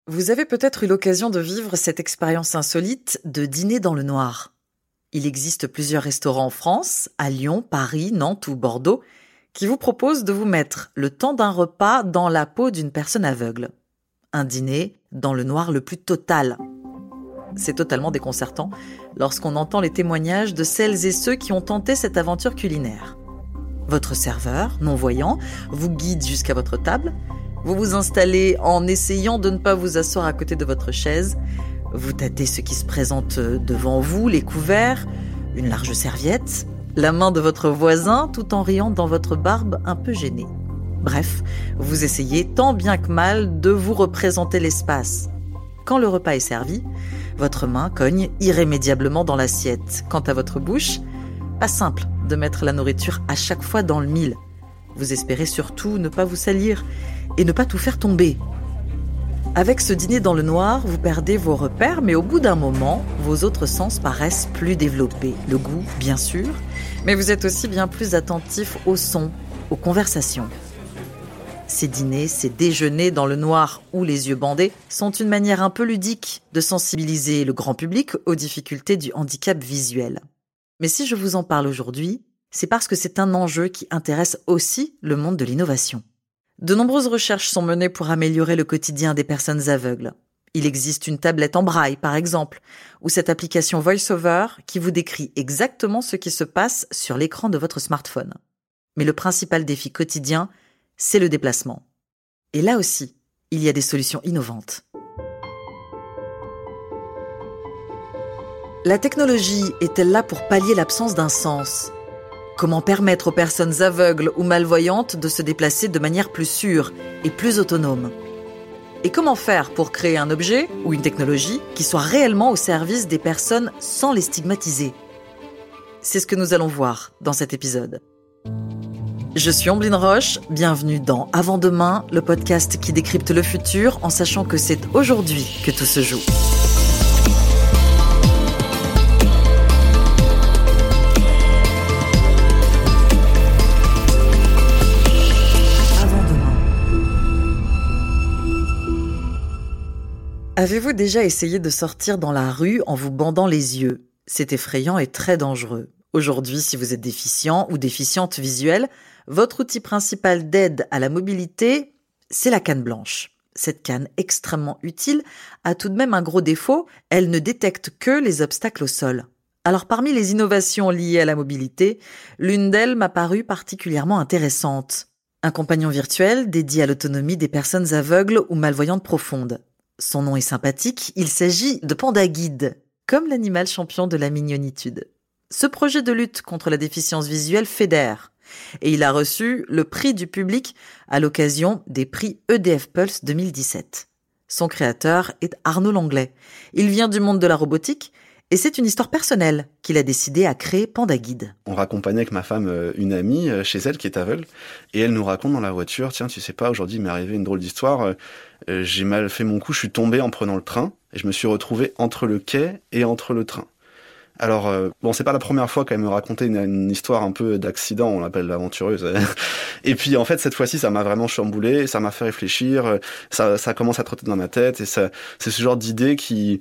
Vous avez peut-être eu l'occasion de vivre cette expérience insolite de dîner dans le noir. Il existe plusieurs restaurants en France, à Lyon, Paris, Nantes ou Bordeaux, qui vous proposent de vous mettre le temps d'un repas dans la peau d'une personne aveugle. Un dîner dans le noir le plus total. C'est totalement déconcertant lorsqu'on entend les témoignages de celles et ceux qui ont tenté cette aventure culinaire. Votre serveur, non-voyant, vous guide jusqu'à votre table. Vous vous installez en essayant de ne pas vous asseoir à côté de votre chaise. Vous tâtez ce qui se présente devant vous, les couverts, une large serviette, la main de votre voisin, tout en riant dans votre barbe un peu gênée. Bref, vous essayez tant bien que mal de vous représenter l'espace. Quand le repas est servi, votre main cogne irrémédiablement dans l'assiette. Quant à votre bouche, pas simple de mettre la nourriture à chaque fois dans le mille. Vous espérez surtout ne pas vous salir et ne pas tout faire tomber. Avec ce dîner dans le noir, vous perdez vos repères, mais au bout d'un moment, vos autres sens paraissent plus développés. Le goût, bien sûr, mais vous êtes aussi bien plus attentif aux sons, aux conversations. Ces dîners, ces déjeuners dans le noir ou les yeux bandés sont une manière un peu ludique de sensibiliser le grand public aux difficultés du handicap visuel. Mais si je vous en parle aujourd'hui, c'est parce que c'est un enjeu qui intéresse aussi le monde de l'innovation. De nombreuses recherches sont menées pour améliorer le quotidien des personnes aveugles. Il existe une tablette en braille, par exemple, ou cette application VoiceOver qui vous décrit exactement ce qui se passe sur l'écran de votre smartphone. Mais le principal défi quotidien, c'est le déplacement. Et là aussi, il y a des solutions innovantes. La technologie est-elle là pour pallier l'absence d'un sens ? Comment permettre aux personnes aveugles ou malvoyantes de se déplacer de manière plus sûre et plus autonome ? Et comment faire pour créer un objet ou une technologie qui soit réellement au service des personnes sans les stigmatiser ? C'est ce que nous allons voir dans cet épisode. Je suis Omblin Roche, bienvenue dans Avant Demain, le podcast qui décrypte le futur en sachant que c'est aujourd'hui que tout se joue. Avez-vous déjà essayé de sortir dans la rue en vous bandant les yeux ? C'est effrayant et très dangereux. Aujourd'hui, si vous êtes déficient ou déficiente visuelle, votre outil principal d'aide à la mobilité, c'est la canne blanche. Cette canne extrêmement utile a tout de même un gros défaut, elle ne détecte que les obstacles au sol. Alors parmi les innovations liées à la mobilité, l'une d'elles m'a paru particulièrement intéressante. Un compagnon virtuel dédié à l'autonomie des personnes aveugles ou malvoyantes profondes. Son nom est sympathique, il s'agit de Panda Guide, comme l'animal champion de la mignonitude. Ce projet de lutte contre la déficience visuelle fédère, et il a reçu le prix du public à l'occasion des prix EDF Pulse 2017. Son créateur est Arnaud Langlais. Il vient du monde de la robotique, et c'est une histoire personnelle qu'il a décidé à créer Panda Guide. On raccompagnait avec ma femme une amie chez elle qui est aveugle, et elle nous raconte dans la voiture, tiens, tu sais pas, aujourd'hui il m'est arrivé une drôle d'histoire, j'ai mal fait mon coup, je suis tombé en prenant le train, et je me suis retrouvé entre le quai et entre le train. Alors, bon, c'est pas la première fois qu'elle me racontait une histoire un peu d'accident, on l'appelle l'aventureuse. Et puis, en fait, cette fois-ci, ça m'a vraiment chamboulé, ça m'a fait réfléchir, ça commence à trotter dans ma tête, et c'est ce genre d'idée qui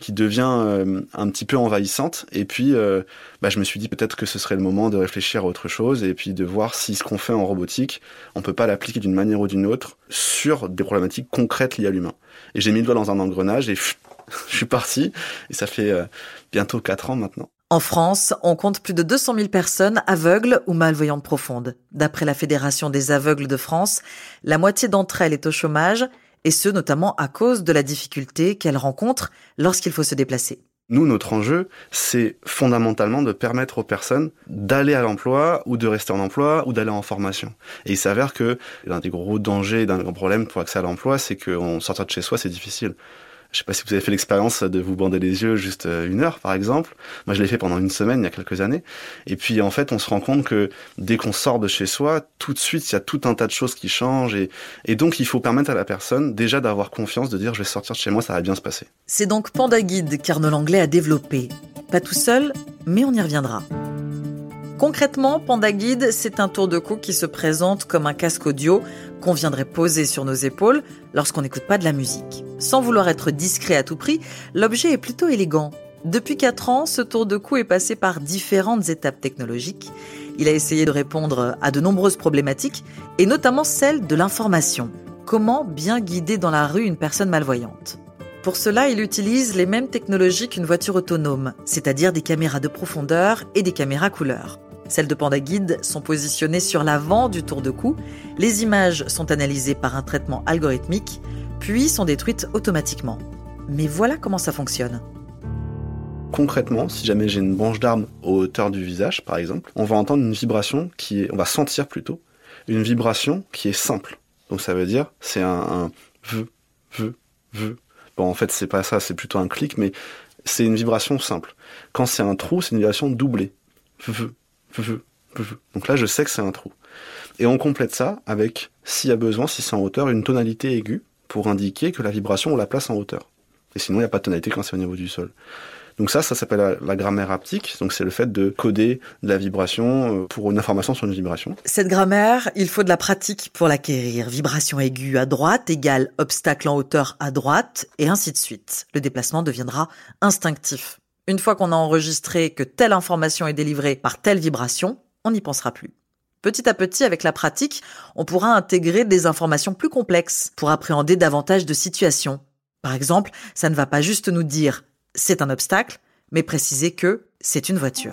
devient un petit peu envahissante. Et puis, je me suis dit peut-être que ce serait le moment de réfléchir à autre chose, et puis de voir si ce qu'on fait en robotique, on peut pas l'appliquer d'une manière ou d'une autre sur des problématiques concrètes liées à l'humain. Et j'ai mis le doigt dans un engrenage, et je suis parti, et ça fait bientôt 4 ans maintenant. En France, on compte plus de 200 000 personnes aveugles ou malvoyantes profondes. D'après la Fédération des aveugles de France, la moitié d'entre elles est au chômage, et ce notamment à cause de la difficulté qu'elles rencontrent lorsqu'il faut se déplacer. Nous, notre enjeu, c'est fondamentalement de permettre aux personnes d'aller à l'emploi ou de rester en emploi ou d'aller en formation. Et il s'avère que l'un des gros dangers, d'un grand problème pour accès à l'emploi, c'est qu'on sortir de chez soi, c'est difficile. Je sais pas si vous avez fait l'expérience de vous bander les yeux juste 1 heure, par exemple. Moi, je l'ai fait pendant 1 semaine, il y a quelques années. Et puis, en fait, on se rend compte que dès qu'on sort de chez soi, tout de suite, il y a tout un tas de choses qui changent. Et donc, il faut permettre à la personne, déjà, d'avoir confiance, de dire, je vais sortir de chez moi, ça va bien se passer. C'est donc Panda Guide qu'Arnaud Langlais a développé. Pas tout seul, mais on y reviendra. Concrètement, Panda Guide, c'est un tour de cou qui se présente comme un casque audio qu'on viendrait poser sur nos épaules lorsqu'on n'écoute pas de la musique. Sans vouloir être discret à tout prix, l'objet est plutôt élégant. Depuis 4 ans, ce tour de cou est passé par différentes étapes technologiques. Il a essayé de répondre à de nombreuses problématiques, et notamment celle de l'information. Comment bien guider dans la rue une personne malvoyante ? Pour cela, il utilise les mêmes technologies qu'une voiture autonome, c'est-à-dire des caméras de profondeur et des caméras couleur. Celles de Panda Guide sont positionnées sur l'avant du tour de cou. Les images sont analysées par un traitement algorithmique, puis sont détruites automatiquement. Mais voilà comment ça fonctionne. Concrètement, si jamais j'ai une branche d'arbre aux hauteurs du visage, par exemple, on va entendre une vibration on va sentir plutôt, une vibration qui est simple. Donc ça veut dire, c'est un v. Bon, en fait, c'est pas ça, c'est plutôt un clic, mais c'est une vibration simple. Quand c'est un trou, c'est une vibration doublée. V. Donc là, je sais que c'est un trou. Et on complète ça avec, s'il y a besoin, si c'est en hauteur, une tonalité aiguë pour indiquer que la vibration, on la place en hauteur. Et sinon, il n'y a pas de tonalité quand c'est au niveau du sol. Donc ça s'appelle la grammaire haptique. Donc c'est le fait de coder de la vibration pour une information sur une vibration. Cette grammaire, il faut de la pratique pour l'acquérir. Vibration aiguë à droite égale obstacle en hauteur à droite, et ainsi de suite. Le déplacement deviendra instinctif. Une fois qu'on a enregistré que telle information est délivrée par telle vibration, on n'y pensera plus. Petit à petit, avec la pratique, on pourra intégrer des informations plus complexes pour appréhender davantage de situations. Par exemple, ça ne va pas juste nous dire c'est un obstacle, mais préciser que c'est une voiture.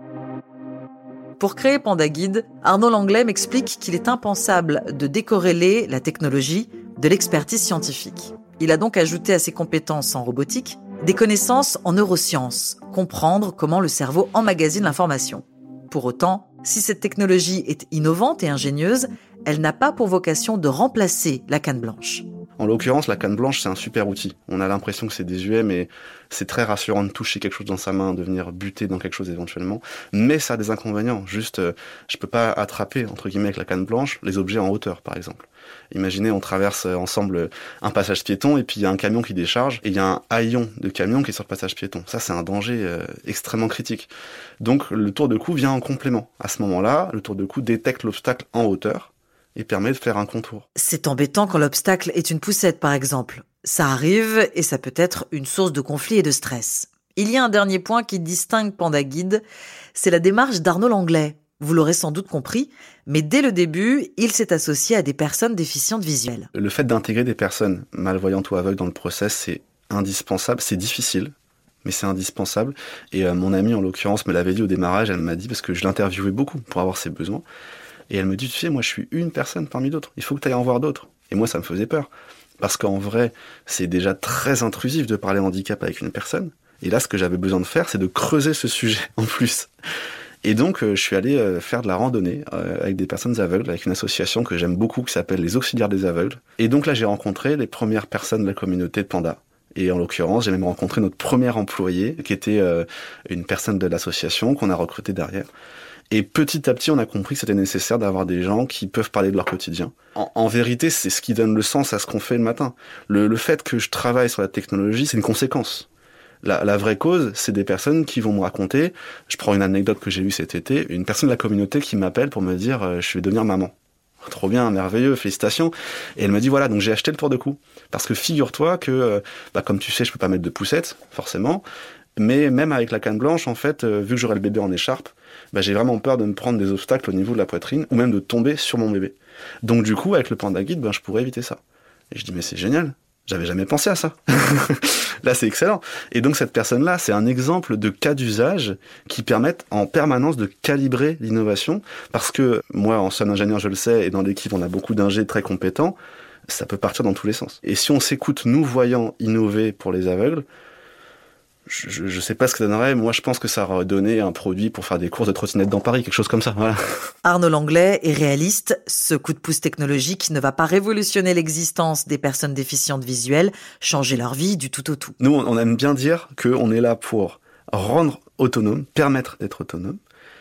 Pour créer Panda Guide, Arnaud Langlais m'explique qu'il est impensable de décorréler la technologie de l'expertise scientifique. Il a donc ajouté à ses compétences en robotique des connaissances en neurosciences, comprendre comment le cerveau emmagasine l'information. Pour autant, si cette technologie est innovante et ingénieuse, elle n'a pas pour vocation de remplacer la canne blanche. En l'occurrence, la canne blanche, c'est un super outil. On a l'impression que c'est désuet, mais c'est très rassurant de toucher quelque chose dans sa main, de venir buter dans quelque chose éventuellement. Mais ça a des inconvénients. Juste, je peux pas attraper, entre guillemets, avec la canne blanche, les objets en hauteur, par exemple. Imaginez, on traverse ensemble un passage piéton, et puis il y a un camion qui décharge, et il y a un haillon de camion qui est sur le passage piéton. Ça, c'est un danger extrêmement critique. Donc, le tour de cou vient en complément. À ce moment-là, le tour de cou détecte l'obstacle en hauteur, et permet de faire un contour. C'est embêtant quand l'obstacle est une poussette, par exemple. Ça arrive et ça peut être une source de conflit et de stress. Il y a un dernier point qui distingue Panda Guide, c'est la démarche d'Arnaud Langlais. Vous l'aurez sans doute compris, mais dès le début, il s'est associé à des personnes déficientes visuelles. Le fait d'intégrer des personnes malvoyantes ou aveugles dans le process, c'est indispensable, c'est difficile, mais c'est indispensable. Et mon amie, en l'occurrence, me l'avait dit au démarrage, elle m'a dit, parce que je l'interviewais beaucoup pour avoir ses besoins, et elle me dit, tu sais, moi je suis une personne parmi d'autres, il faut que tu ailles en voir d'autres. Et moi ça me faisait peur, parce qu'en vrai, c'est déjà très intrusif de parler handicap avec une personne. Et là, ce que j'avais besoin de faire, c'est de creuser ce sujet en plus. Et donc, je suis allé faire de la randonnée avec des personnes aveugles, avec une association que j'aime beaucoup, qui s'appelle les Auxiliaires des Aveugles. Et donc là, j'ai rencontré les premières personnes de la communauté de Panda. Et en l'occurrence, j'ai même rencontré notre premier employé, qui était une personne de l'association qu'on a recruté derrière. Et petit à petit, on a compris que c'était nécessaire d'avoir des gens qui peuvent parler de leur quotidien. En vérité, c'est ce qui donne le sens à ce qu'on fait le matin. Le fait que je travaille sur la technologie, c'est une conséquence. La vraie cause, c'est des personnes qui vont me raconter, je prends une anecdote que j'ai eue cet été, une personne de la communauté qui m'appelle pour me dire je vais devenir maman. Trop bien, merveilleux, félicitations. Et elle me dit voilà, donc j'ai acheté le tour de cou. Parce que figure-toi que, comme tu sais, je peux pas mettre de poussette, forcément, mais même avec la canne blanche, en fait, vu que j'aurai le bébé en écharpe, j'ai vraiment peur de me prendre des obstacles au niveau de la poitrine, ou même de tomber sur mon bébé. Donc du coup, avec le Panda Guide, je pourrais éviter ça. Et je dis mais c'est génial, j'avais jamais pensé à ça. Là, c'est excellent. Et donc cette personne-là, c'est un exemple de cas d'usage qui permettent en permanence de calibrer l'innovation, parce que moi, en seul ingénieur, je le sais, et dans l'équipe, on a beaucoup d'ingés très compétents, ça peut partir dans tous les sens. Et si on s'écoute, nous, voyants, innover pour les aveugles, je sais pas ce que ça donnerait. Moi, je pense que ça aurait donné un produit pour faire des courses de trottinette dans Paris, quelque chose comme ça. Voilà. Arnaud Langlais est réaliste. Ce coup de pouce technologique ne va pas révolutionner l'existence des personnes déficientes visuelles, changer leur vie du tout au tout. Nous, on aime bien dire qu'on est là pour rendre autonome, permettre d'être autonome,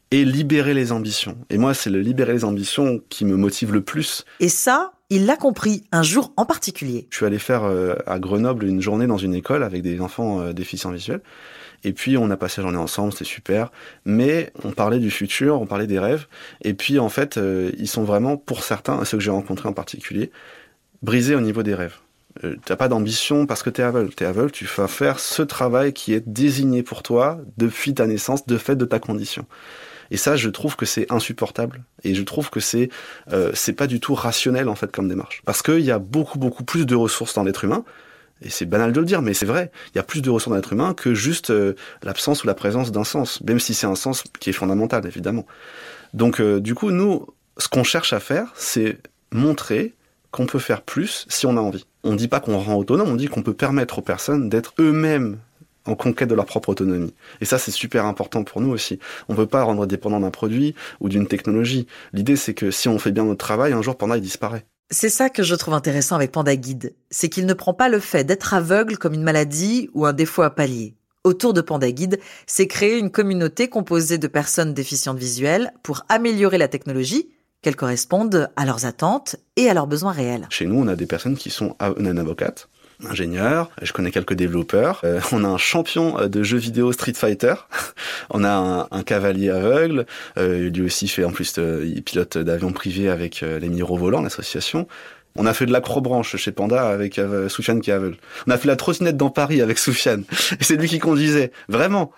et libérer les ambitions. Et moi, c'est le libérer les ambitions qui me motive le plus. Et ça, il l'a compris un jour en particulier. Je suis allé faire à Grenoble une journée dans une école avec des enfants déficients visuels. Et puis, on a passé la journée ensemble, c'était super. Mais on parlait du futur, on parlait des rêves. Et puis, en fait, ils sont vraiment, pour certains, ceux que j'ai rencontrés en particulier, brisés au niveau des rêves. T'as pas d'ambition parce que t'es aveugle. T'es aveugle, tu vas faire ce travail qui est désigné pour toi depuis ta naissance, de fait de ta condition. Et ça, je trouve que c'est insupportable. Et je trouve que c'est pas du tout rationnel, en fait, comme démarche. Parce qu'il y a beaucoup plus de ressources dans l'être humain. Et c'est banal de le dire, mais c'est vrai. Il y a plus de ressources dans l'être humain que juste l'absence ou la présence d'un sens. Même si c'est un sens qui est fondamental, évidemment. Donc, du coup, nous, ce qu'on cherche à faire, c'est montrer qu'on peut faire plus si on a envie. On dit pas qu'on rend autonome, on dit qu'on peut permettre aux personnes d'être eux-mêmes en conquête de leur propre autonomie. Et ça, c'est super important pour nous aussi. On ne veut pas rendre dépendant d'un produit ou d'une technologie. L'idée, c'est que si on fait bien notre travail, un jour, Panda, il disparaît. C'est ça que je trouve intéressant avec Panda Guide. C'est qu'il ne prend pas le fait d'être aveugle comme une maladie ou un défaut à pallier. Autour de Panda Guide, c'est créer une communauté composée de personnes déficientes visuelles pour améliorer la technologie, qu'elles correspondent à leurs attentes et à leurs besoins réels. Chez nous, on a des personnes qui sont... On a une avocate, ingénieur, je connais quelques développeurs, on a un champion de jeux vidéo Street Fighter, on a un cavalier aveugle, lui aussi fait en plus, il pilote d'avion privé avec les Mirovolants, l'association. On a fait de l'acrobranche chez Panda avec Soufiane qui est aveugle. On a fait la trottinette dans Paris avec Soufiane, et c'est lui qui conduisait, vraiment.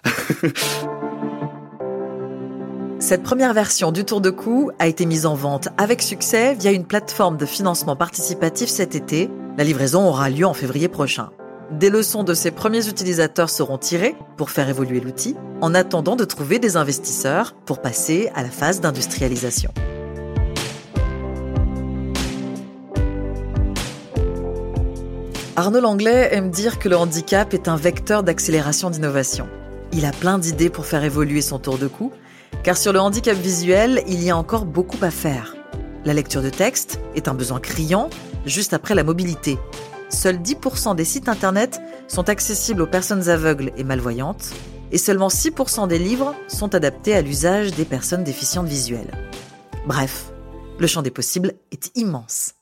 Cette première version du Tour de Cou a été mise en vente avec succès via une plateforme de financement participatif cet été. La livraison aura lieu en février prochain. Des leçons de ses premiers utilisateurs seront tirées pour faire évoluer l'outil, en attendant de trouver des investisseurs pour passer à la phase d'industrialisation. Arnaud Langlais aime dire que le handicap est un vecteur d'accélération d'innovation. Il a plein d'idées pour faire évoluer son Tour de Cou, car sur le handicap visuel, il y a encore beaucoup à faire. La lecture de texte est un besoin criant, juste après la mobilité. Seuls 10% des sites internet sont accessibles aux personnes aveugles et malvoyantes, et seulement 6% des livres sont adaptés à l'usage des personnes déficientes visuelles. Bref, le champ des possibles est immense.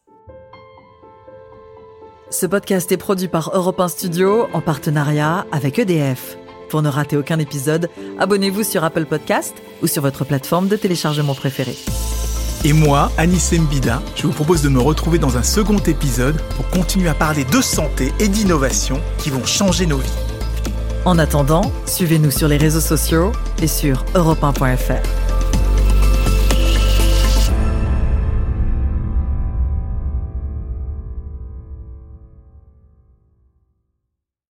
Ce podcast est produit par Europe 1 Studio en partenariat avec EDF. Pour ne rater aucun épisode, abonnez-vous sur Apple Podcast ou sur votre plateforme de téléchargement préférée. Et moi, Anis Mbida, je vous propose de me retrouver dans un second épisode pour continuer à parler de santé et d'innovation qui vont changer nos vies. En attendant, suivez-nous sur les réseaux sociaux et sur europe1.fr.